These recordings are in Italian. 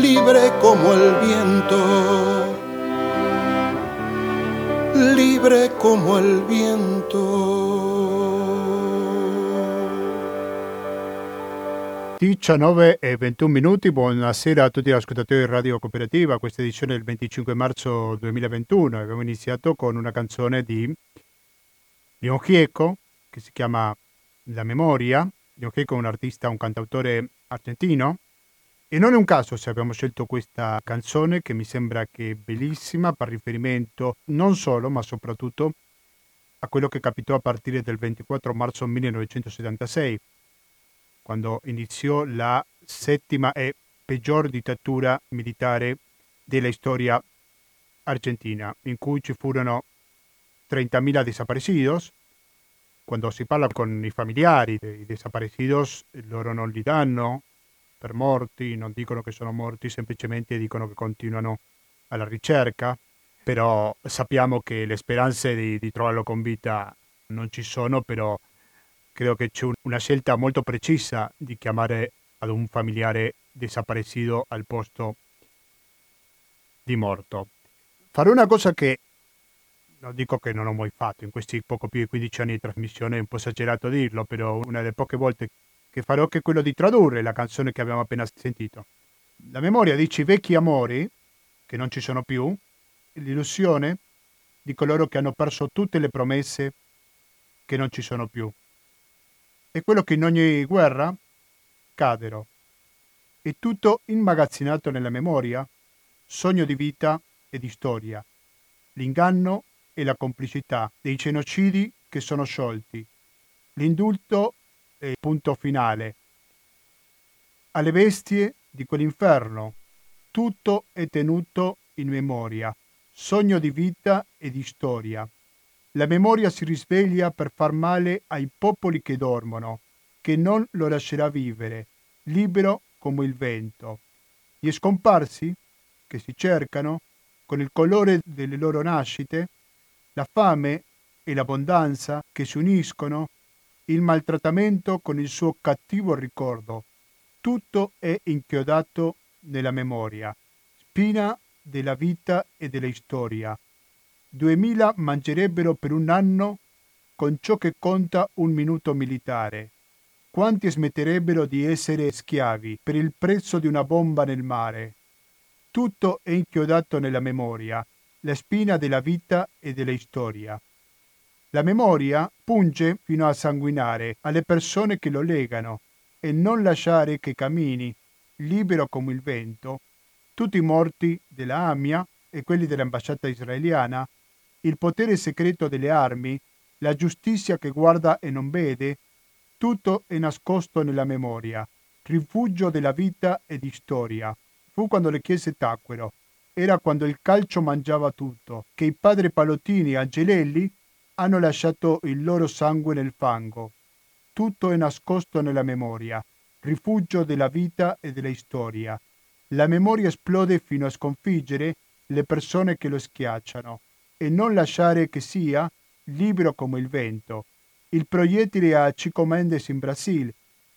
libre como el viento, libre como el viento. 19:21, buonasera a tutti gli ascoltatori di Radio Cooperativa, questa edizione del 25 marzo 2021. Abbiamo iniziato con una canzone di Leon Gieco che si chiama La Memoria. Leon Gieco è un artista, un cantautore argentino, e non è un caso se abbiamo scelto questa canzone, che mi sembra che è bellissima, per riferimento non solo ma soprattutto a quello che capitò a partire dal 24 marzo 1976, quando iniziò la settima e peggior dittatura militare della storia argentina, in cui ci furono 30.000 desaparecidos. Quando si parla con i familiari dei desaparecidos, loro non li danno per morti, non dicono che sono morti, semplicemente dicono che continuano alla ricerca, però sappiamo che le speranze di trovarlo con vita non ci sono, però credo che c'è una scelta molto precisa di chiamare ad un familiare desaparecido al posto di morto. Farò una cosa che non dico che non ho mai fatto in questi poco più di 15 anni di trasmissione, è un po' esagerato dirlo, però una delle poche volte che farò è quello di tradurre la canzone che abbiamo appena sentito. La memoria dice i vecchi amori che non ci sono più, l'illusione di coloro che hanno perso tutte le promesse che non ci sono più. È quello che in ogni guerra cadero. È tutto immagazzinato nella memoria, sogno di vita e di storia. L'inganno e la complicità dei genocidi che sono sciolti. L'indulto è il punto finale. Alle bestie di quell'inferno. Tutto è tenuto in memoria. Sogno di vita e di storia. La memoria si risveglia per far male ai popoli che dormono, che non lo lascerà vivere, libero come il vento. Gli scomparsi, che si cercano, con il colore delle loro nascite, la fame e l'abbondanza che si uniscono, il maltrattamento con il suo cattivo ricordo. Tutto è inchiodato nella memoria, spina della vita e della storia. 2000 mangerebbero per un anno con ciò che conta un minuto militare. Quanti smetterebbero di essere schiavi per il prezzo di una bomba nel mare? Tutto è inchiodato nella memoria, la spina della vita e della storia. La memoria punge fino a sanguinare alle persone che lo legano e non lasciare che cammini, libero come il vento, tutti i morti della AMIA e quelli dell'ambasciata israeliana, il potere segreto delle armi, la giustizia che guarda e non vede, tutto è nascosto nella memoria, rifugio della vita e di storia. Fu quando le chiese tacquero, era quando il calcio mangiava tutto, che i padri Palottini e Angelelli hanno lasciato il loro sangue nel fango. Tutto è nascosto nella memoria, rifugio della vita e della storia. La memoria esplode fino a sconfiggere le persone che lo schiacciano e non lasciare che sia libero come il vento. Il proiettile a Chico Mendes in Brasile,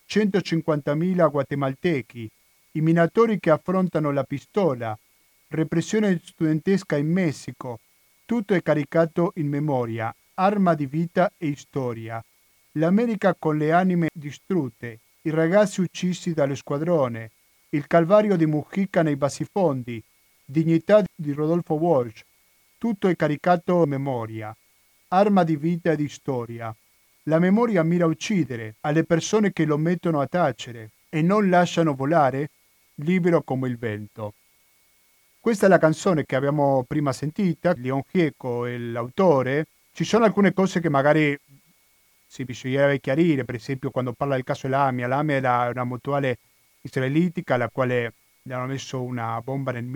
150.000 guatemaltechi, i minatori che affrontano la pistola, repressione studentesca in Messico, tutto è caricato in memoria, arma di vita e storia. L'America con le anime distrutte, i ragazzi uccisi dallo squadrone, il calvario di Mujica nei bassifondi, dignità di Rodolfo Walsh, tutto è caricato in memoria, arma di vita e di storia. La memoria mira a uccidere alle persone che lo mettono a tacere e non lasciano volare, libero come il vento. Questa è la canzone che abbiamo prima sentita, Leon Gieco è l'autore. Ci sono alcune cose che magari bisognerebbe chiarire, per esempio quando parla del caso Lamia. Lamia era una mutuale israelitica alla quale le hanno messo una bomba nel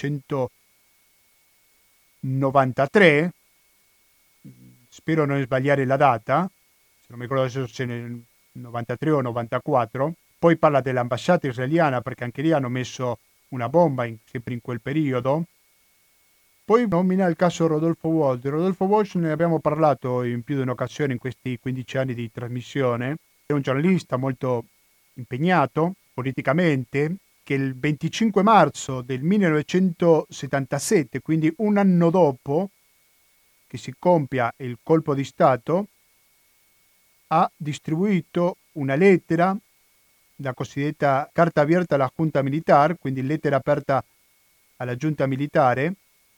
1993, spero non sbagliare la data, se non mi ricordo adesso se nel 93 o 94. Poi parla dell'ambasciata israeliana perché anche lì hanno messo una bomba sempre in quel periodo. Poi nomina il caso Rodolfo Walsh. Rodolfo Walsh ne abbiamo parlato in più di un'occasione in questi 15 anni di trasmissione. È un giornalista molto impegnato politicamente, che il 25 marzo del 1977, quindi un anno dopo che si compia il colpo di Stato, ha distribuito una lettera, la cosiddetta carta abierta alla Junta Militar, quindi lettera aperta alla giunta militare,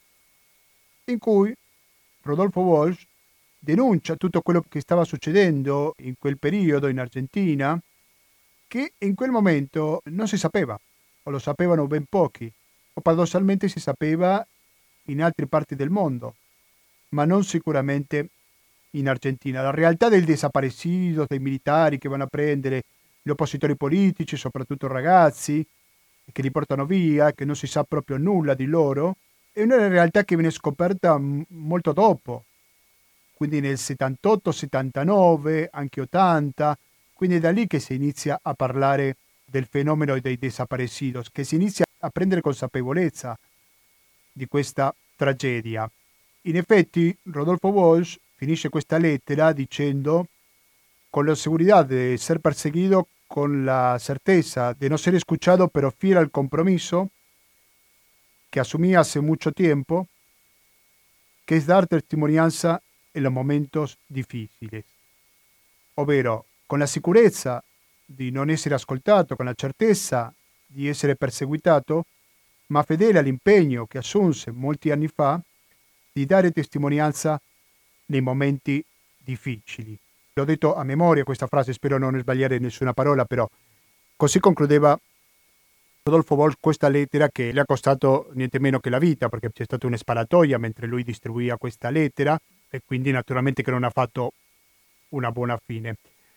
in cui Rodolfo Walsh denuncia tutto quello che stava succedendo in quel periodo in Argentina, che in quel momento non si sapeva, o lo sapevano ben pochi, o paradossalmente si sapeva in altre parti del mondo, ma non sicuramente in Argentina. La realtà del desaparecidos, dei militari che vanno a prendere gli oppositori politici, soprattutto ragazzi, che li portano via, che non si sa proprio nulla di loro, è una realtà che viene scoperta molto dopo, quindi nel 78, 79, anche 80, quindi è da lì che si inizia a parlare del fenomeno dei desaparecidos, che si inizia a prendere consapevolezza di questa tragedia. In effetti, Rodolfo Walsh finisce questa lettera dicendo: con la seguridad de ser perseguido, con la certeza de no ser escuchado, pero fiel al compromiso que asumí hace mucho tiempo, que es dar testimonianza en los momentos difficili. Ovvero, con la sicurezza di non essere ascoltato, con la certezza di essere perseguitato, ma fedele all'impegno che assunse molti anni fa di dare testimonianza nei momenti difficili. L'ho detto a memoria questa frase, spero non sbagliare nessuna parola, però così concludeva Rodolfo Walsh questa lettera, che le ha costato niente meno che la vita, perché c'è stata una sparatoria mentre lui distribuiva questa lettera e quindi naturalmente che non ha fatto una buona fine.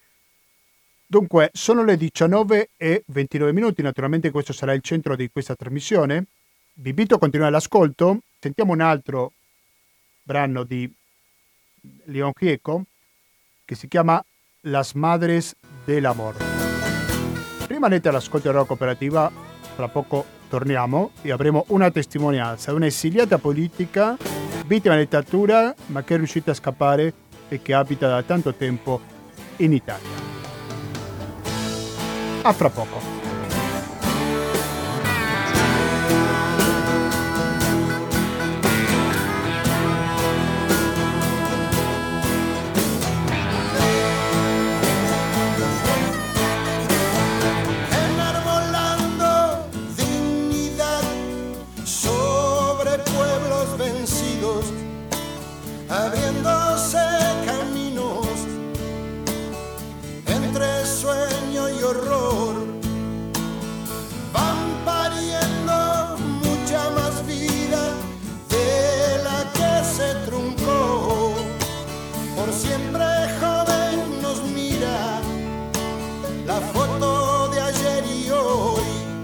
Dunque, sono le 19:29, naturalmente questo sarà il centro di questa trasmissione. Vi invito a continuare l'ascolto. Sentiamo un altro brano di León Gieco che si chiama Las Madres del Amor. Rimanete all'ascolto della cooperativa, tra poco torniamo e avremo una testimonianza, una esiliata politica, vittima di dittatura, ma che è riuscita a scappare e che abita da tanto tempo in Italia. A fra poco. Abriéndose caminos entre sueño y horror, van pariendo mucha más vida de la que se truncó. Por siempre joven nos mira la foto de ayer y hoy.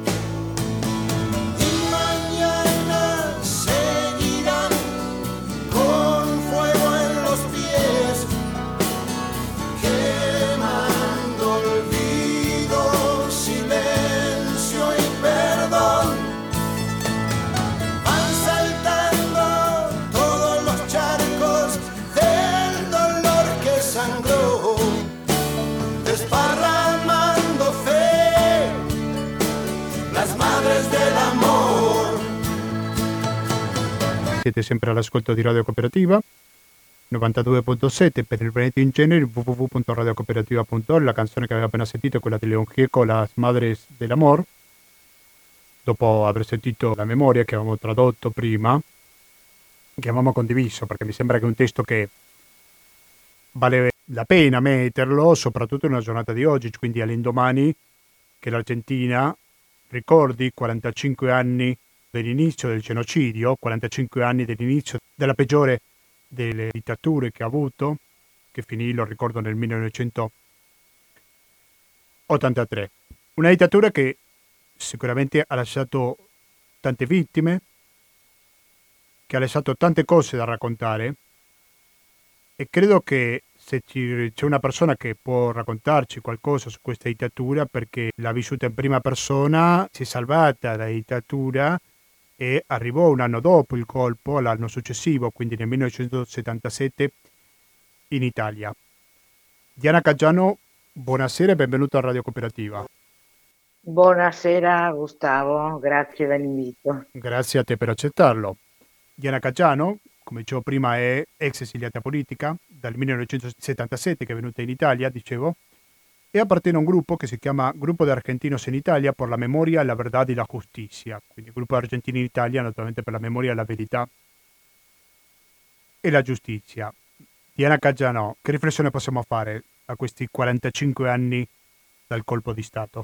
Siete sempre all'ascolto di Radio Cooperativa 92.7 per il Veneto in genere, www.radiocooperativa.org. La canzone che aveva appena sentito è quella di León Gieco, Las Madres del Amor, dopo aver sentito la memoria che avevamo tradotto prima, che avevamo condiviso, perché mi sembra che è un testo che vale la pena metterlo, soprattutto in una giornata di oggi, quindi all'indomani che l'Argentina ricordi 45 anni dell'inizio del genocidio, 45 anni dell'inizio della peggiore delle dittature che ha avuto, che finì, lo ricordo, nel 1983. Una dittatura che sicuramente ha lasciato tante vittime, che ha lasciato tante cose da raccontare, e credo che se c'è una persona che può raccontarci qualcosa su questa dittatura, perché l'ha vissuta in prima persona, si è salvata dalla dittatura e arrivò un anno dopo il colpo, l'anno successivo, quindi nel 1977, in Italia. Diana Caggiano, buonasera e benvenuta a Radio Cooperativa. Buonasera Gustavo, grazie dell'invito. Grazie a te per accettarlo. Diana Caggiano, come dicevo prima, è ex esiliata politica dal 1977 che è venuta in Italia, dicevo, e appartiene a un gruppo che si chiama Gruppo de Argentinos en Italia por la Memoria, la Verdad y la Justicia, quindi gruppo argentino in Italia naturalmente per la memoria, la verità e la giustizia. Diana Caggiano, che riflessione possiamo fare a questi 45 anni dal colpo di Stato?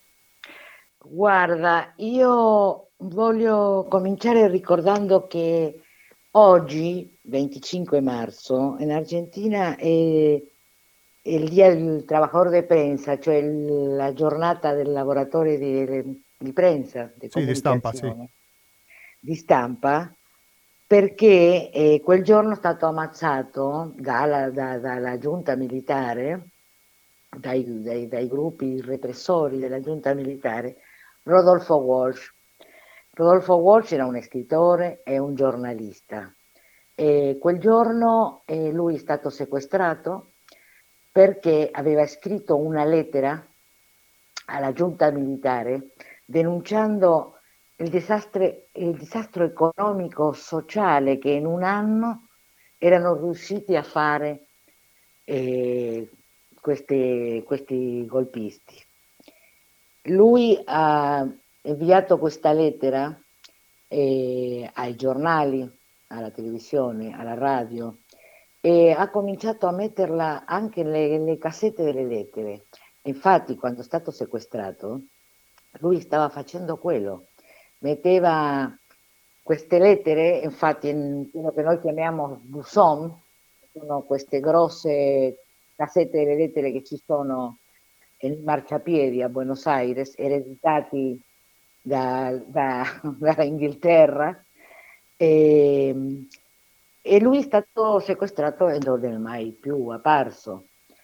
Guarda, io voglio cominciare ricordando che oggi, 25 marzo, in Argentina è il Día del Trabajador de Prensa, cioè la giornata del lavoratore di prensa, di Sì, di stampa, sì. comunicazione, di stampa, perché quel giorno è stato ammazzato dalla giunta militare, dai gruppi repressori della giunta militare, Rodolfo Walsh. Rodolfo Walsh era un scrittore e un giornalista. E quel giorno lui è stato sequestrato perché aveva scritto una lettera alla giunta militare denunciando il disastro economico sociale che in un anno erano riusciti a fare eh, questi golpisti. Lui ha inviato questa lettera ai giornali, alla televisione, alla radio e ha cominciato a metterla anche nelle cassette delle lettere. Infatti, quando è stato sequestrato, lui stava facendo quello, metteva queste lettere, infatti in quello che noi chiamiamo buzón, sono queste grosse cassette delle lettere che ci sono nei marciapiedi a Buenos Aires, ereditati dalla Inghilterra, e, e lui è stato sequestrato e non è mai più apparso.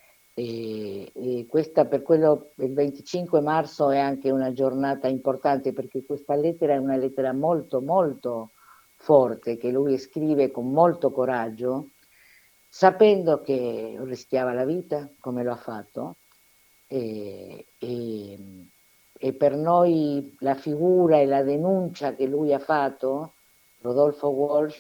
E questa per quello il 25 marzo è anche una giornata importante perché questa lettera è una lettera molto molto forte che lui scrive con molto coraggio, sapendo che rischiava la vita come lo ha fatto e, e, e per noi la figura e la denuncia che lui ha fatto, Rodolfo Walsh,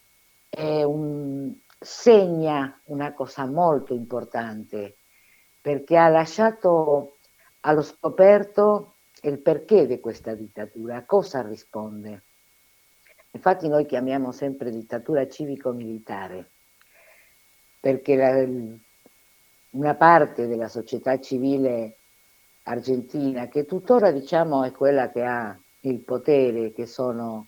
segna una cosa molto importante perché ha lasciato allo scoperto il perché di questa dittatura, a cosa risponde. Infatti noi chiamiamo sempre dittatura civico-militare, perché una parte della società civile argentina, che tuttora diciamo è quella che ha il potere, che sono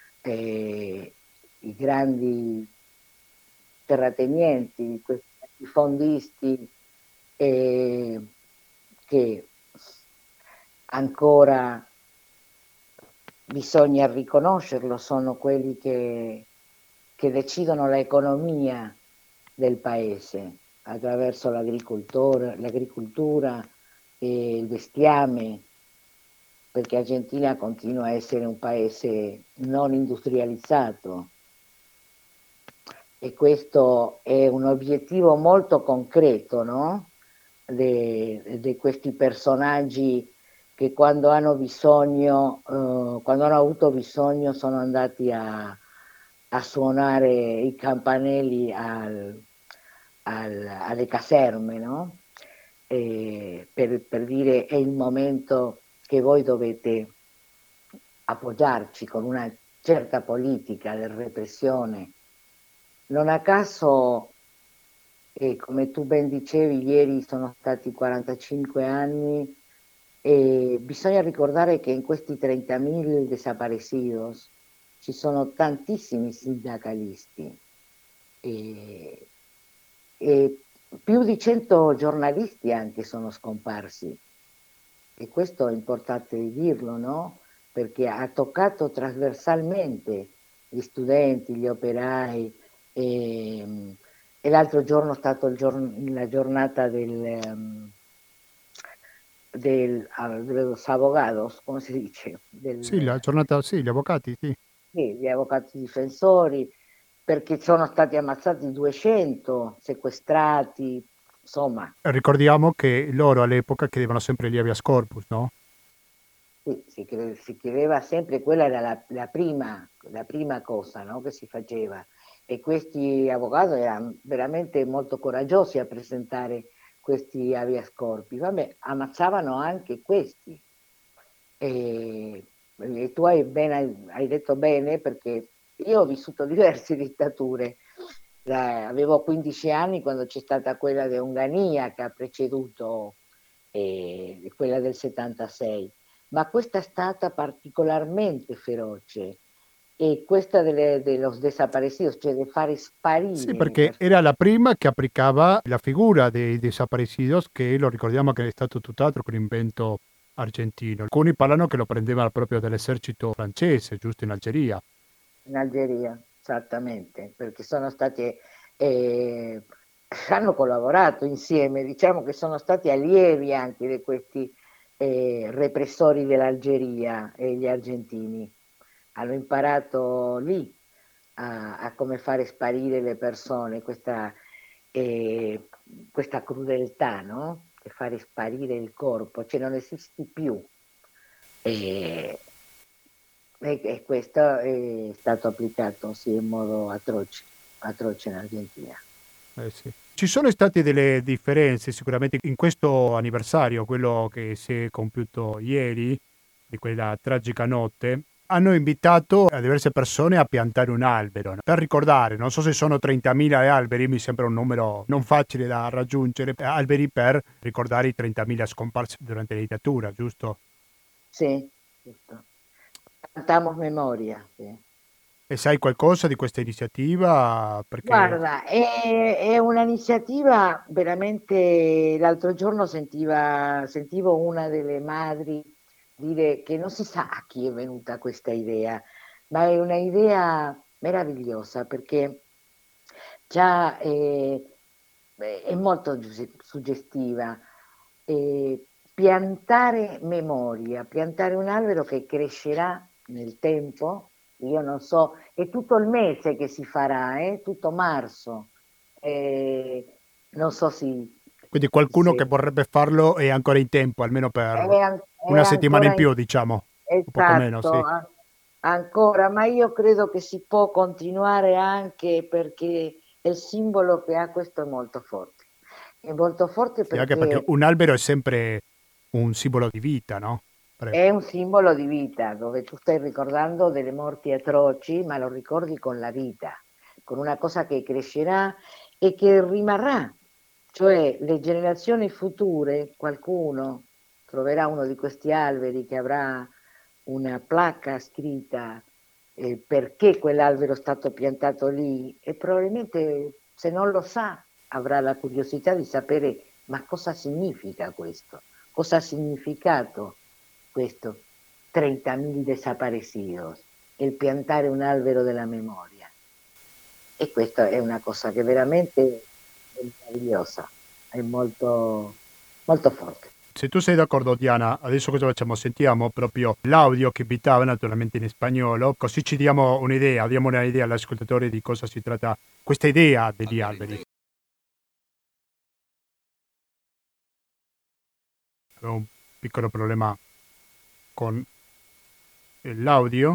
i grandi terratenienti, questi fondisti che ancora bisogna riconoscerlo, sono quelli che decidono l'economia del paese attraverso l'agricoltura e il bestiame, perché Argentina continua a essere un paese non industrializzato e questo è un obiettivo molto concreto, no? Di questi personaggi che quando hanno bisogno, quando hanno avuto bisogno sono andati a suonare i campanelli alle caserme, no? Per dire è il momento che voi dovete appoggiarci con una certa politica di repressione. Non a caso, come tu ben dicevi, ieri sono stati 45 anni e bisogna ricordare che in questi 30.000 desaparecidos ci sono tantissimi sindacalisti e più di 100 giornalisti anche sono scomparsi. E questo è importante di dirlo, no? Perché ha toccato trasversalmente gli studenti, gli operai, e l'altro giorno è stata la giornata los abogados, come si dice? Sì, la giornata, sì, gli avvocati, sì. Sì, gli avvocati difensori, perché sono stati ammazzati 200, sequestrati, insomma. Ricordiamo che loro all'epoca chiedevano sempre gli habeas corpus, no? Sì, si chiedeva sempre, quella era la prima cosa, no, che si faceva, e questi avvocati erano veramente molto coraggiosi a presentare questi habeas corpus. Vabbè, ammazzavano anche questi. E, e tu hai detto bene, perché io ho vissuto diverse dittature. Avevo 15 anni quando c'è stata quella di Ungania che ha preceduto quella del 76, ma questa è stata particolarmente feroce, e questa de los desaparecidos, cioè di fare Sì, sparire le perché persone. era la prima che applicava la figura dei desaparecidos, che lo ricordiamo che è stato tutt'altro che un invento argentino. Alcuni parlano che lo prendeva proprio dall'esercito francese, giusto in Algeria. In Algeria, esattamente, perché sono stati, eh, hanno collaborato insieme, diciamo che sono stati allievi anche di questi repressori dell'Algeria, e gli argentini. Hanno imparato lì a come fare sparire le persone, eh, questa crudeltà, no? Di fare sparire il corpo, cioè non esisti più. E, e questo è stato applicato, sì, in modo atroce in Argentina. Sì. Ci sono state delle differenze sicuramente in questo anniversario, quello che si è compiuto ieri, di quella tragica notte. Hanno invitato a diverse persone a piantare un albero, no? Per ricordare, non so se sono 30.000 alberi, mi sembra un numero non facile da raggiungere, alberi per ricordare i 30.000 scomparsi durante la dittatura, giusto? Sì, giusto. Cantamos memoria, sì. E sai qualcosa di questa iniziativa? Perché Guarda, è un'iniziativa veramente. L'altro giorno sentivo una delle madri dire che non si sa a chi è venuta questa idea, ma è una idea meravigliosa, perché già è molto suggestiva. Piantare memoria, piantare un albero che crescerà nel tempo. Io non so, è tutto il mese che si farà, tutto marzo. Non so quindi qualcuno che se vorrebbe farlo è ancora in tempo, almeno per è una settimana in ancora più, diciamo, un poco meno, esatto, sì. ancora, ma io credo che si può continuare, anche perché il simbolo che ha questo è molto forte Sì, anche perché perché un albero è sempre un simbolo di vita, no? è un simbolo di vita, dove tu stai ricordando delle morti atroci, ma lo ricordi con la vita, con una cosa che crescerà e che rimarrà. Cioè le generazioni future, qualcuno troverà uno di questi alberi che avrà una placca scritta perché quell'albero è stato piantato lì, e probabilmente, se non lo sa, avrà la curiosità di sapere ma cosa significa questo, cosa ha significato questo 30.000 desaparecidos, il piantare un albero della memoria. E questa è una cosa che veramente è meravigliosa, è molto, molto forte. Se tu sei d'accordo, Diana, adesso cosa facciamo? Sentiamo proprio l'audio che invitava, naturalmente in spagnolo, così ci diamo un'idea, diamo un'idea all'ascoltatore di cosa si tratta questa idea degli alberi. Avevo un piccolo problema con l'audio,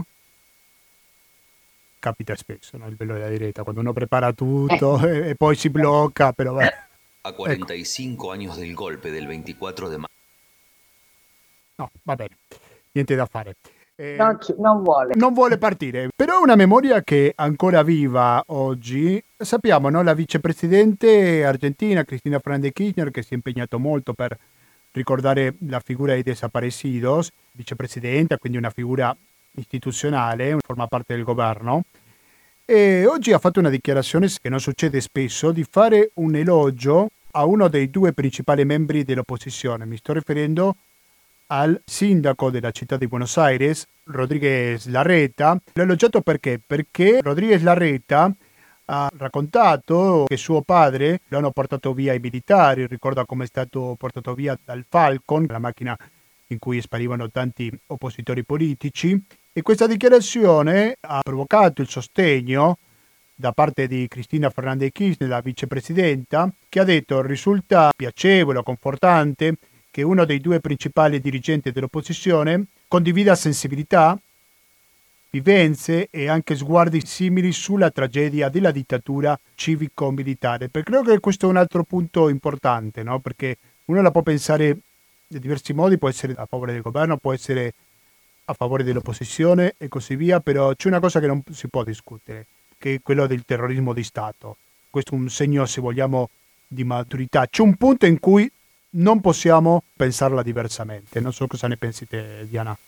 capita spesso, no? Il bello della diretta, quando uno prepara tutto e poi si blocca, però beh. A 45 años del golpe del 24 de mayo. No, va bene, niente da fare. Non vuole. Non vuole partire, però è una memoria che è ancora viva oggi. Sappiamo, no? La vicepresidente argentina Cristina Fernández de Kirchner, che si è impegnato molto per ricordare la figura dei desaparecidos, vicepresidenta, quindi una figura istituzionale, forma parte del governo. E oggi ha fatto una dichiarazione che non succede spesso, di fare un elogio a uno dei due principali membri dell'opposizione. Mi sto riferendo al sindaco della città di Buenos Aires, Rodríguez Larreta. L'ho elogiato perché? Perché Rodríguez Larreta ha raccontato che suo padre lo hanno portato via i militari, ricorda come è stato portato via dal Falcon, la macchina in cui sparivano tanti oppositori politici, e questa dichiarazione ha provocato il sostegno da parte di Cristina Fernández de Kirchner, la vicepresidenta, che ha detto risulta piacevole o confortante che uno dei due principali dirigenti dell'opposizione condivida sensibilità, vivenze e anche sguardi simili sulla tragedia della dittatura civico-militare. Perché credo che questo è un altro punto importante, no? Perché uno la può pensare in diversi modi, può essere a favore del governo, può essere a favore dell'opposizione e così via, però c'è una cosa che non si può discutere, che è quello del terrorismo di Stato. Questo è un segno, se vogliamo, di maturità. C'è un punto in cui non possiamo pensarla diversamente. Non so cosa ne pensi te, Diana.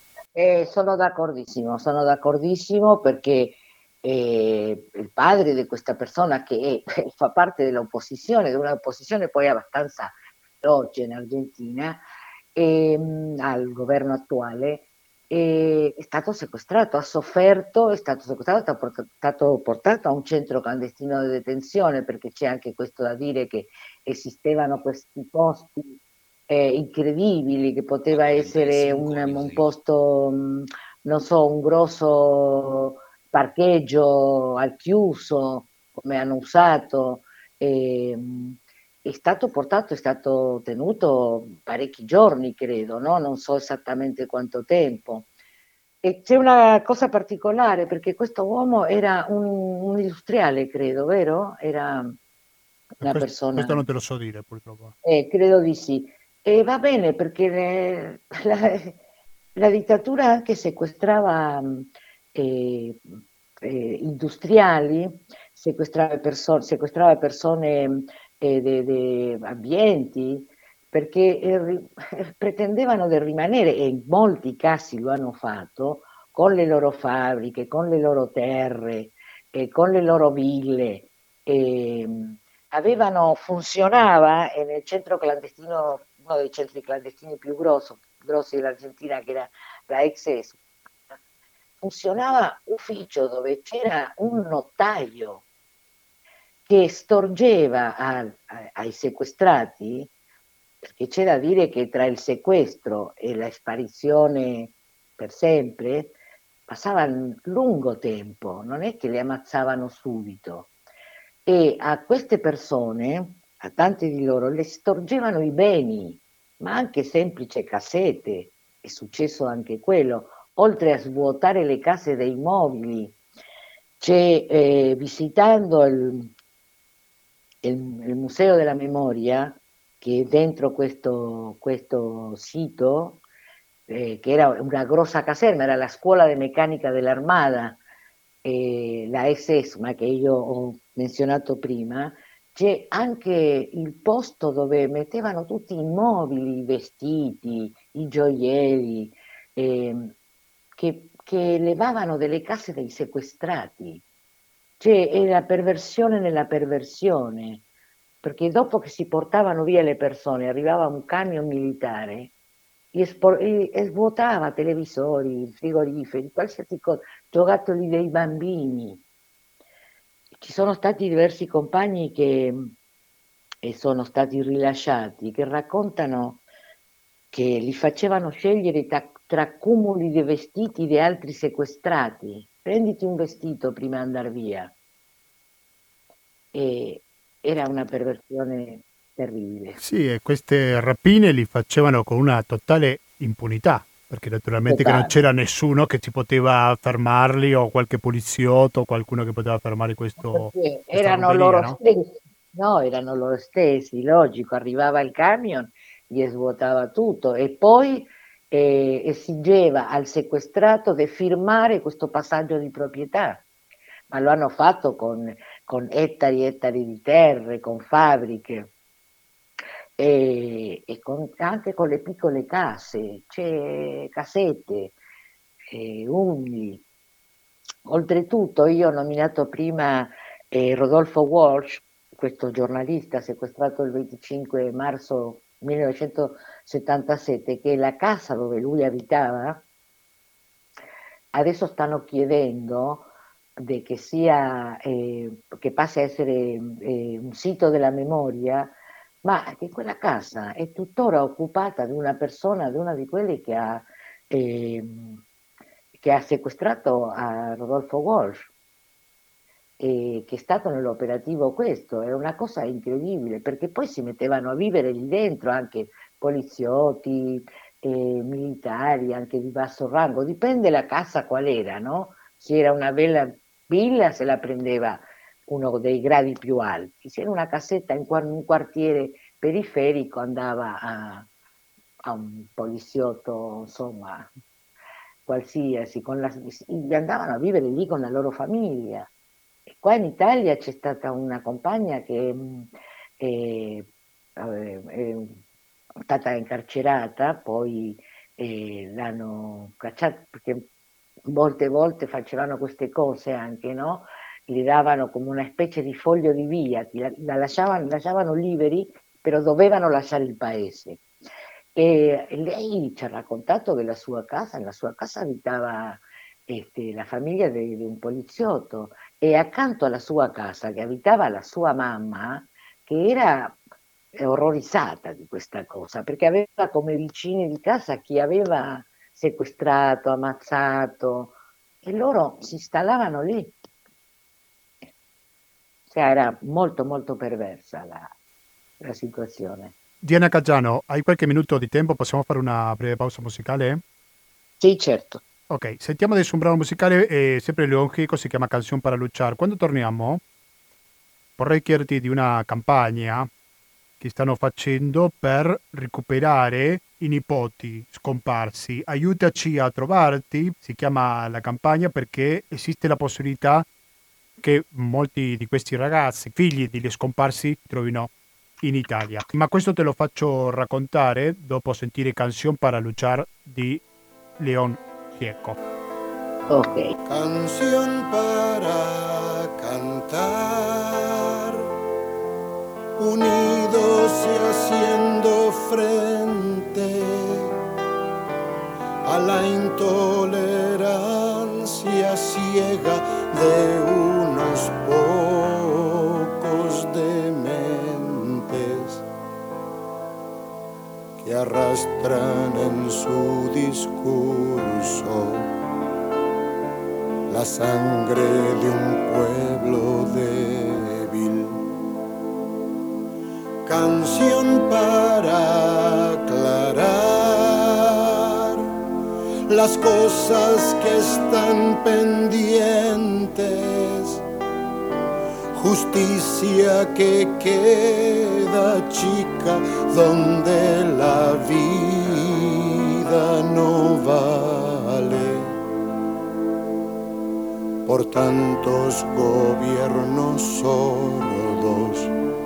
Sono d'accordissimo perché il padre di questa persona che fa parte dell'opposizione, di un'opposizione poi abbastanza feroce in Argentina, al governo attuale, è stato sequestrato, ha sofferto, è stato sequestrato, è stato portato a un centro clandestino di detenzione, perché c'è anche questo da dire che esistevano questi posti incredibili, che poteva essere 45 años un del golpe. posto, non so, un grosso parcheggio al chiuso, come hanno usato. E, è stato portato, è stato tenuto parecchi giorni, credo, no? Non so esattamente quanto tempo. E c'è una cosa particolare, perché questo uomo era un industriale, credo, vero? Era una persona, Questo non te lo so dire, purtroppo. credo di sì. E va bene perché la dittatura anche sequestrava industriali, sequestrava persone ambienti, perché pretendevano di rimanere, e in molti casi lo hanno fatto, con le loro fabbriche, con le loro terre, con le loro ville. E, funzionava nel centro clandestino, uno dei centri clandestini più grossi dell'Argentina, che era la ex ESO, funzionava ufficio dove c'era un notaio che storgeva ai sequestrati, perché c'è da dire che tra il sequestro e la sparizione per sempre passava un lungo tempo, non è che le ammazzavano subito. E a queste persone, a tante di loro, le storgevano i beni, ma anche semplici casette, è successo anche quello, oltre a svuotare le case dei mobili. C'è, visitando il Museo della Memoria, che è dentro questo sito, che era una grossa caserma, era la scuola di meccanica dell'Armada, la SESMA che io ho menzionato prima, c'è anche il posto dove mettevano tutti i mobili, i vestiti, i gioielli, che levavano delle case dei sequestrati. Cioè è la perversione nella perversione, perché dopo che si portavano via le persone, arrivava un camion militare e svuotava televisori, frigoriferi, qualsiasi cosa, giocattoli dei bambini. Ci sono stati diversi compagni che sono stati rilasciati, che raccontano che li facevano scegliere tra cumuli di vestiti di altri sequestrati. Prenditi un vestito prima di andare via. E era una perversione terribile. Sì, e queste rapine li facevano con una totale impunità, perché naturalmente che non Totale. c'era nessuno che ci poteva fermarli o qualche poliziotto o qualcuno che poteva fermare Perché questa erano ruberia, loro no? stessi, no, erano loro stessi, logico, arrivava il camion, gli svuotava tutto e poi esigeva al sequestrato di firmare questo passaggio di proprietà, ma lo hanno fatto con ettari e ettari di terre, con fabbriche anche con le piccole case, casette, umili. Oltretutto io ho nominato prima Rodolfo Walsh, questo giornalista sequestrato il 25 marzo 1977, che la casa dove lui abitava, adesso stanno chiedendo che passi a essere un sito della memoria, ma che quella casa è tuttora occupata da una persona, da una di quelli che ha sequestrato a Rodolfo Walsh, che è stato nell'operativo questo. È una cosa incredibile, perché poi si mettevano a vivere lì dentro anche poliziotti, militari, anche di basso rango, dipende la casa qual era, no? Se era una bella villa se la prendeva uno dei gradi più alti, se era una casetta in un quartiere periferico andava a un poliziotto, insomma, qualsiasi, andavano a vivere lì con la loro famiglia. E qua in Italia c'è stata una compagna che è stata incarcerata, poi l'hanno cacciata perché molte volte facevano queste cose anche, no? Gli davano come una specie di foglio di via, la lasciavano liberi, però dovevano lasciare il paese. E lei ci ha raccontato che nella sua casa abitava la famiglia di un poliziotto e accanto alla sua casa che abitava la sua mamma, che era orrorizzata di questa cosa, perché aveva come vicini di casa chi aveva sequestrato, ammazzato, e loro si installavano lì. Cioè era molto molto perversa la situazione. Diana Caggiano, hai qualche minuto di tempo? Possiamo fare una breve pausa musicale? Sì, certo. Ok, sentiamo adesso un brano musicale, sempre Leon Gieco, si chiama Canción para luchar. Quando torniamo vorrei chiederti di una campagna che stanno facendo per recuperare i nipoti scomparsi. Aiutaci a trovarti, si chiama la campagna perché esiste la possibilità che molti di questi ragazzi, figli degli scomparsi, trovino in Italia. Ma questo te lo faccio raccontare dopo sentire Canción para luchar di Leon Gieco. Ok. Canción para cantar, unidos y haciendo frente a la intolerancia ciega de unos pocos dementes que arrastran en su discurso la sangre de un pueblo débil. Canción para aclarar las cosas que están pendientes, justicia que queda chica donde la vida no vale por tantos gobiernos sordos,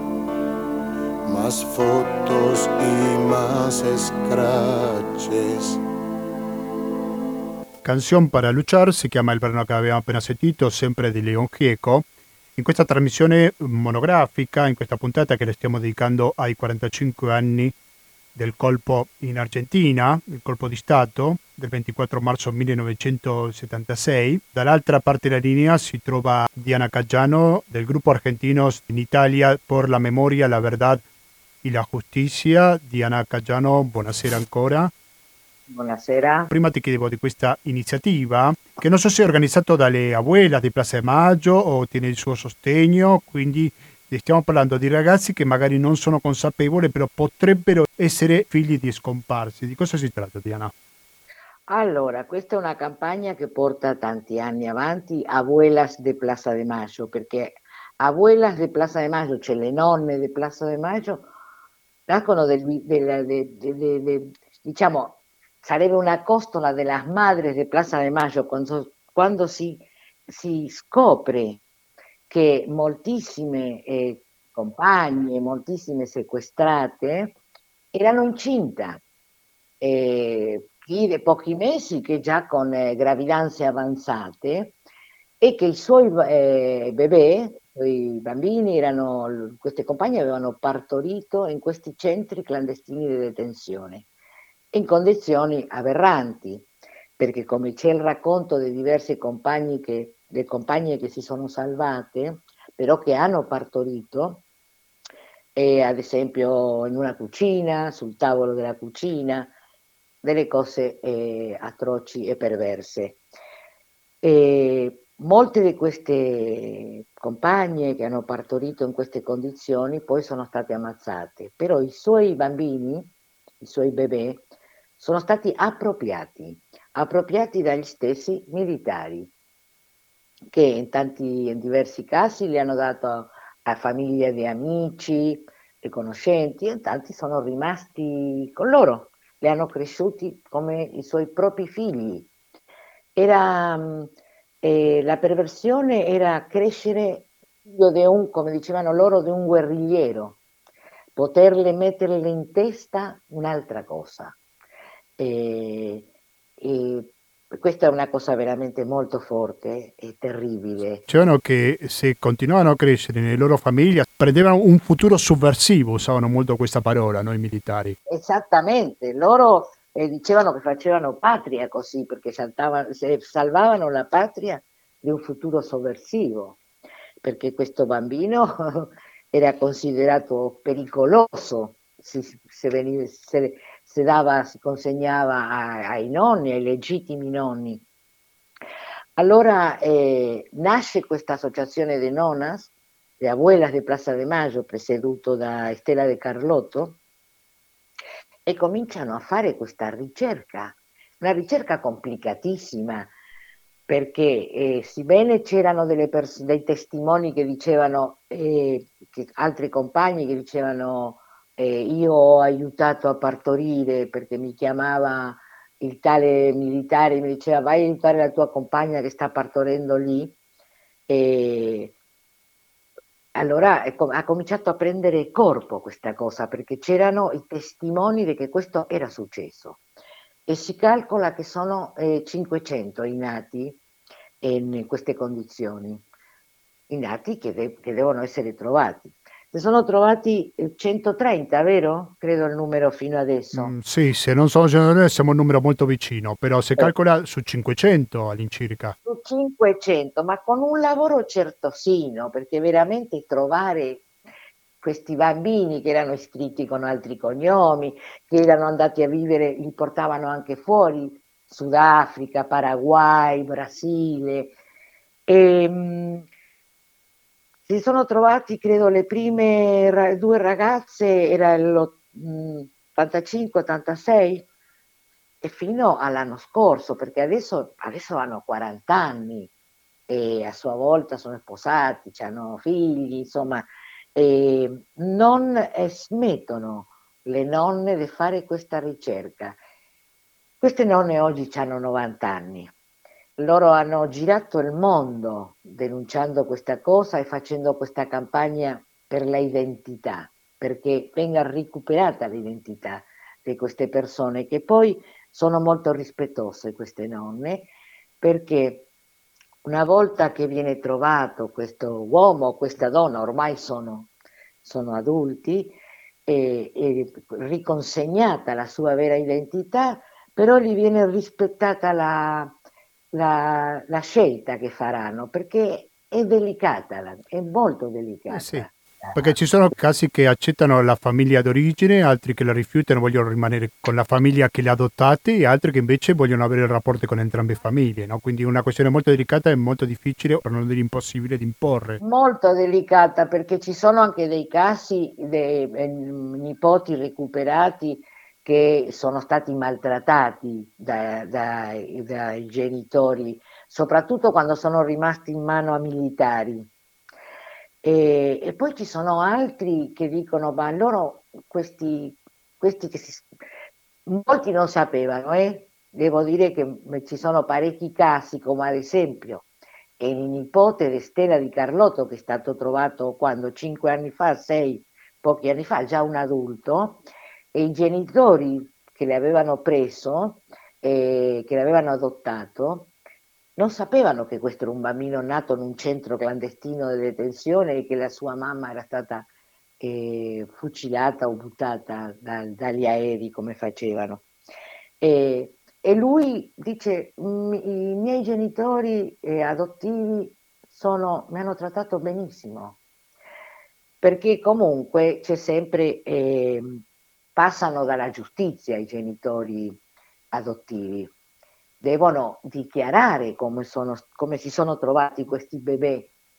más fotos y más scratches. Canción para luchar si chiama il brano che abbiamo appena sentito, sempre di Leon Gieco. In questa trasmissione monografica, in questa puntata che le stiamo dedicando ai 45 anni del colpo in Argentina, il colpo di Stato del 24 marzo 1976. Dall'altra parte della linea si trova Diana Caggiano del gruppo Argentinos in Italia por la memoria, la verdad y la justicia. Diana Caggiano, buonasera ancora. Buonasera. Prima ti chiedevo di questa iniziativa, che non so se è organizzato dalle abuelas di Plaza de Maggio o tiene il suo sostegno, quindi stiamo parlando di ragazzi che magari non sono consapevoli, però potrebbero essere figli di scomparsi. Di cosa si tratta, Diana? Allora, questa è una campagna che porta tanti anni avanti, Abuelas de Plaza de Mayo, perché Abuelas de Plaza de Mayo, cioè le nonne di Plaza de Mayo, nascono diciamo, sarebbe una costola delle madres de Plaza de Mayo quando si scopre che moltissime compagne, moltissime sequestrate erano incinta, chi di pochi mesi che già con gravidanze avanzate, e che i suoi bebè, i bambini, queste compagne avevano partorito in questi centri clandestini di detenzione, in condizioni aberranti, perché come c'è il racconto di diverse compagne che si sono salvate, però che hanno partorito, ad esempio in una cucina, sul tavolo della cucina, delle cose atroci e perverse. Molte di queste compagne che hanno partorito in queste condizioni poi sono state ammazzate, però i suoi bambini, i suoi bebè, sono stati appropriati dagli stessi militari, che in diversi casi li hanno dato a famiglie di amici e conoscenti, e tanti sono rimasti con loro, li hanno cresciuti come i suoi propri figli. Era, la perversione era crescere figlio di un, come dicevano loro, di un guerrigliero, metterle in testa un'altra cosa. E, e questa è una cosa veramente molto forte e terribile. Dicevano che se continuavano a crescere nelle loro famiglie prendevano un futuro sovversivo, usavano molto questa parola, noi militari. Esattamente, loro dicevano che facevano patria così perché salvavano la patria di un futuro sovversivo, perché questo bambino era considerato pericoloso se consegnava ai nonni, ai legittimi nonni. Allora nasce questa associazione de nonas, de abuelas de Plaza de Mayo, presieduto da Estela de Carlotto, e cominciano a fare questa ricerca, una ricerca complicatissima, perché sebbene c'erano dei testimoni che dicevano, che altri compagni che dicevano io ho aiutato a partorire perché mi chiamava il tale militare, mi diceva vai a aiutare la tua compagna che sta partorendo lì, e allora ha cominciato a prendere corpo questa cosa perché c'erano i testimoni di che questo era successo e si calcola che sono 500 i nati in queste condizioni, i nati che devono essere trovati. Ne sono trovati 130, vero? Credo il numero fino adesso. Sì, se non sono generosi siamo un numero molto vicino, però se Eh, calcola su 500 all'incirca. Su 500, ma con un lavoro certosino, perché veramente trovare questi bambini che erano iscritti con altri cognomi, che erano andati a vivere, li portavano anche fuori, Sudafrica, Paraguay, Brasile, e si sono trovati, credo, le prime due ragazze, era l'85-86, e fino all'anno scorso, perché adesso hanno 40 anni e a sua volta sono sposati, hanno figli, insomma, non smettono le nonne di fare questa ricerca. Queste nonne oggi hanno 90 anni. Loro hanno girato il mondo denunciando questa cosa e facendo questa campagna per la identità, perché venga recuperata l'identità di queste persone che poi sono molto rispettose, queste nonne, perché una volta che viene trovato questo uomo o questa donna, ormai sono adulti, e riconsegnata la sua vera identità, però gli viene rispettata la scelta che faranno, perché è delicata, è molto Sì, delicata. perché ci sono casi che accettano la famiglia d'origine, altri che la rifiutano, vogliono rimanere con la famiglia che li ha adottati e altri che invece vogliono avere rapporti con entrambe le famiglie, no? Quindi è una questione molto delicata e molto difficile, per non dire impossibile, di imporre. Molto delicata perché ci sono anche dei casi di nipoti recuperati che sono stati maltrattati dai genitori, soprattutto quando sono rimasti in mano a militari. E poi ci sono altri che dicono, ma loro questi molti non sapevano, devo dire che ci sono parecchi casi, come ad esempio il nipote di Stella di Carlotto, che è stato trovato quando 5 anni fa, 6, pochi anni fa, già un adulto, e i genitori che le avevano preso, che l'avevano adottato, non sapevano che questo era un bambino nato in un centro clandestino di detenzione e che la sua mamma era stata fucilata o buttata dagli aerei come facevano. E lui dice, i miei genitori adottivi mi hanno trattato benissimo, perché comunque c'è sempre, passano dalla giustizia i genitori adottivi, devono dichiarare come si sono trovati questi bebè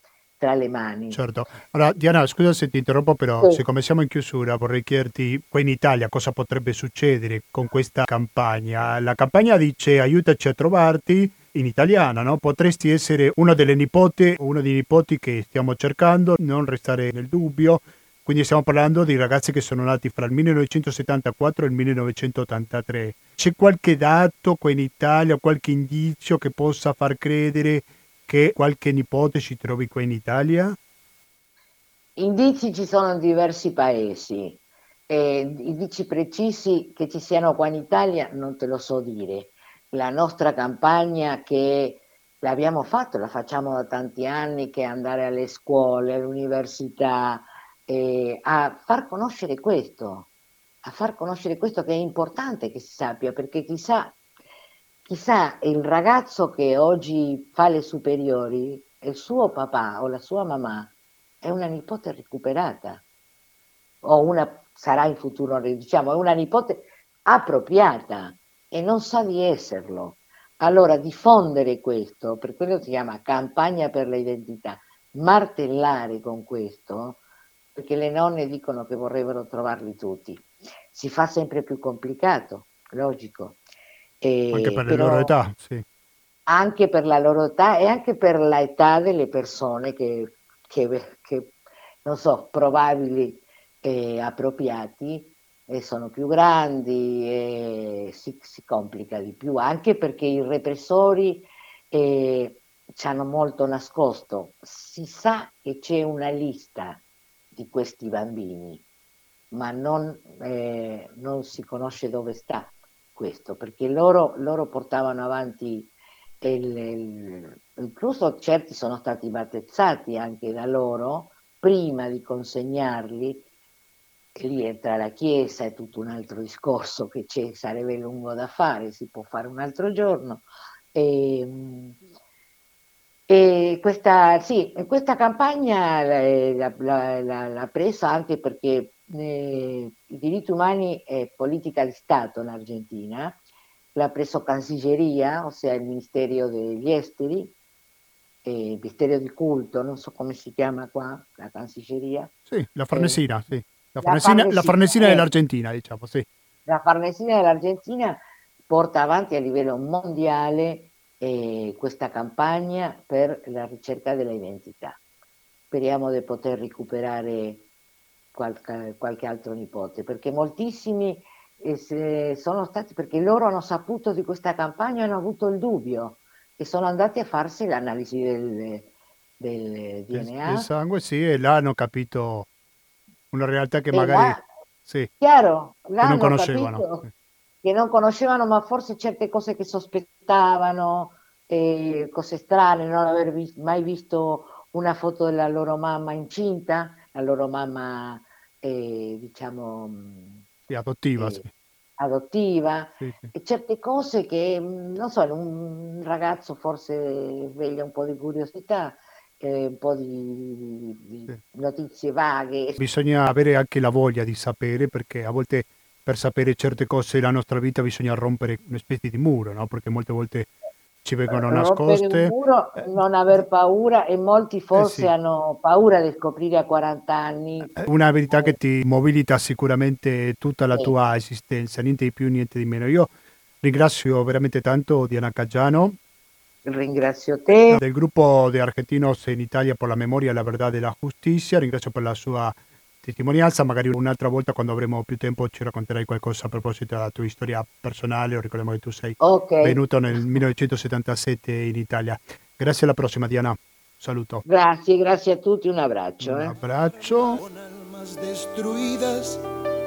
tra le mani. Certo. Allora, Diana, scusa se ti interrompo, però Sì. siccome siamo in chiusura vorrei chiederti qua in Italia cosa potrebbe succedere con questa campagna. La campagna dice aiutaci a trovarti in italiano, no? Potresti essere una delle nipote o uno dei nipoti che stiamo cercando, non restare nel dubbio. Quindi stiamo parlando di ragazzi che sono nati fra il 1974 e il 1983. C'è qualche dato qua in Italia, qualche indizio che possa far credere che qualche nipote si trovi qua in Italia? Indizi ci sono in diversi paesi, indizi precisi che ci siano qua in Italia non te lo so dire. La nostra campagna che l'abbiamo fatto, la facciamo da tanti anni, che è andare alle scuole, all'università, a far conoscere questo, che è importante che si sappia, perché chissà il ragazzo che oggi fa le superiori, il suo papà o la sua mamma è una nipote recuperata, o sarà in futuro, diciamo, è una nipote appropriata e non sa di esserlo. Allora diffondere questo, per quello si chiama campagna per l'identità, martellare con questo, perché le nonne dicono che vorrebbero trovarli tutti. Si fa sempre più complicato, logico. Anche per le loro Però età, sì. anche per la loro età e anche per l'età delle persone che non so, probabili e appropriati, e sono più grandi e si complica di più, anche perché i repressori ci hanno molto nascosto. Si sa che c'è una lista di questi bambini, ma non si conosce dove sta questo, perché loro portavano avanti incluso certi sono stati battezzati anche da loro prima di consegnarli, e lì entra la Chiesa, è tutto un altro discorso che sarebbe lungo da fare, si può fare un altro giorno. Questa campagna l'ha presa anche perché i diritti umani è politica di Stato in Argentina, l'ha preso Cancilleria, ossia il Ministero degli Esteri, il Ministero di Culto, non so come si chiama qua, la Cancilleria. Sì, la Farnesina, sì. La Farnesina, Farnesina dell'Argentina, diciamo, sì. La Farnesina dell'Argentina porta avanti a livello mondiale questa campagna per la ricerca dell'identità. Speriamo di poter recuperare qualche altro nipote, perché moltissimi sono stati, perché loro hanno saputo di questa campagna e hanno avuto il dubbio e sono andati a farsi l'analisi del DNA. Del sangue, sì, e là hanno capito una realtà che E magari sì, chiaro, che là non hanno conoscevano. capito che non conoscevano, ma forse certe cose che sospettavano, cose strane, non aver mai visto una foto della loro mamma incinta, la loro mamma diciamo Sì, adottiva, sì. adottiva, Sì, sì. e certe cose che non so, un ragazzo forse sveglia un po' di curiosità, un po' di Sì. notizie vaghe. Bisogna avere anche la voglia di sapere, perché a volte per sapere certe cose della nostra vita bisogna rompere una specie di muro, no? Perché molte volte ci vengono Rompere un nascoste. muro, non aver paura, e molti forse Sì. hanno paura di scoprire a 40 anni. Una verità che ti mobilita sicuramente tutta la Sì. tua esistenza, niente di più, niente di meno. Io ringrazio veramente tanto Diana Caggiano, Ringrazio te. del gruppo de Argentinos en Italia por la memoria, la verdad e la giustizia. Ringrazio per la sua testimonianza. Magari un'altra volta, quando avremo più tempo, ci racconterai qualcosa a proposito della tua storia personale. Ricordiamo che tu sei venuto nel 1977 in Italia. Grazie, alla prossima, Diana. Saluto. Grazie a tutti, un abbraccio. Un abbraccio. Con almas destruidas,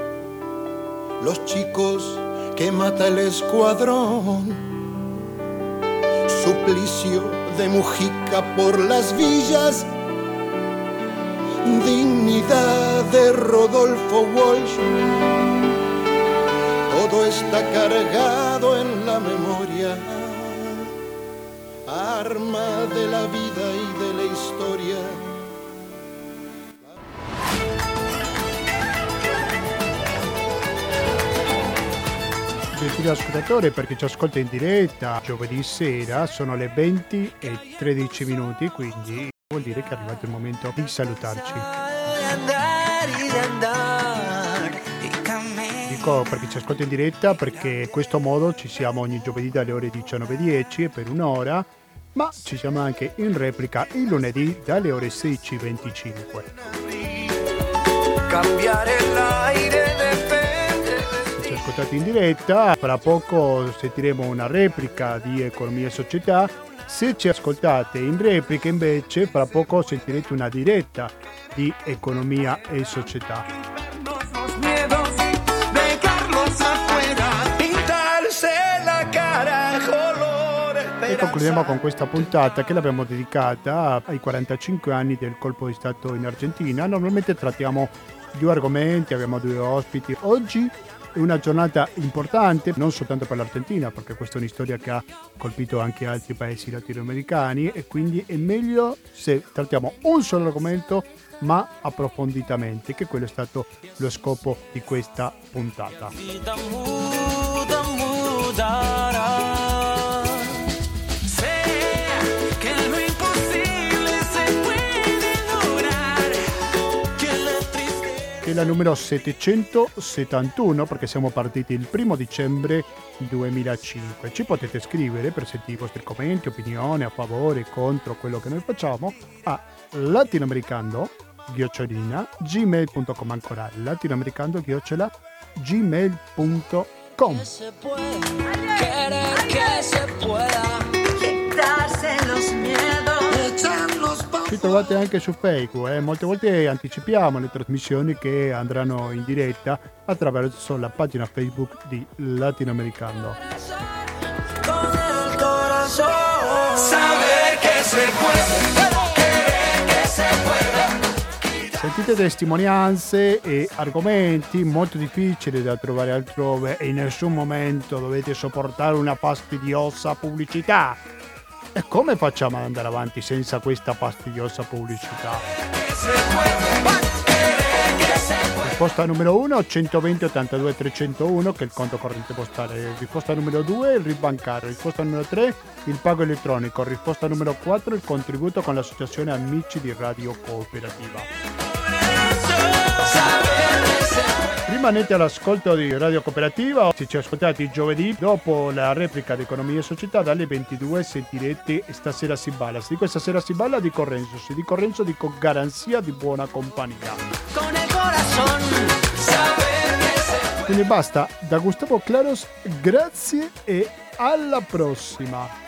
los chicos que mata el escuadrón, suplicio de Mujica por las villas, dignidad de Rodolfo Walsh, todo está cargado en la memoria, arma de la vida y de la historia. Gentile ascoltatore, perché ci ascolta in diretta giovedì sera, sono le 20:13, quindi vuol dire che è arrivato il momento di salutarci. Dico per chi ci ascolta in diretta, perché in questo modo ci siamo ogni giovedì dalle ore 19:10 e per un'ora, ma ci siamo anche in replica il lunedì dalle ore 16:25. Cambiare l'aire Ci ascoltate in diretta, fra poco sentiremo una replica di Economia e Società. Se ci ascoltate in replica invece, fra poco sentirete una diretta di Economia e Società. E concludiamo con questa puntata che l'abbiamo dedicata ai 45 anni del colpo di Stato in Argentina. Normalmente trattiamo 2 argomenti, abbiamo 2 ospiti. Oggi è una giornata importante, non soltanto per l'Argentina, perché questa è una storia che ha colpito anche altri paesi latinoamericani e quindi è meglio se trattiamo un solo argomento ma approfonditamente, che quello è stato lo scopo di questa puntata. È la numero 771 perché siamo partiti il 1 dicembre 2005. Ci potete scrivere per sentire i vostri commenti, opinioni, a favore, contro quello che noi facciamo a latinoamericando@gmail.com, ancora latinoamericando@gmail.com. Ci trovate anche su Facebook, molte volte anticipiamo le trasmissioni che andranno in diretta attraverso la pagina Facebook di Latinoamericano. Sentite testimonianze e argomenti molto difficili da trovare altrove e in nessun momento dovete sopportare una fastidiosa pubblicità. E come facciamo ad andare avanti senza questa fastidiosa pubblicità? Risposta numero 1, 120 82 301, che è il conto corrente postale. Risposta numero 2, il RIB bancario. Risposta numero 3, il pago elettronico. Risposta numero 4, il contributo con l'associazione Amici di Radio Cooperativa. Rimanete all'ascolto di Radio Cooperativa. Se ci ascoltate il giovedì, dopo la replica di Economia e Società, dalle 22 sentirete Stasera si balla. Se dico Stasera si balla, dico Renzo. Se dico Renzo, dico garanzia di buona compagnia. Quindi basta, da Gustavo Claros, grazie e alla prossima.